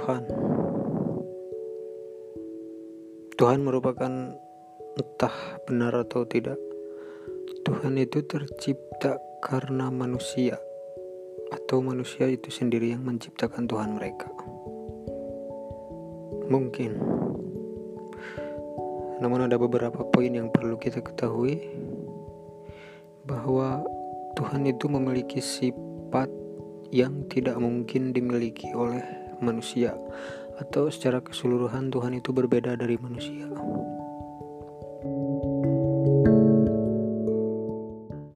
Tuhan. Tuhan merupakan, entah benar atau tidak, Tuhan itu tercipta karena manusia, atau manusia itu sendiri yang menciptakan Tuhan mereka. Mungkin. Namun ada beberapa poin yang perlu kita ketahui, bahwa Tuhan itu memiliki sifat yang tidak mungkin dimiliki oleh manusia, atau secara keseluruhan Tuhan itu berbeda dari manusia.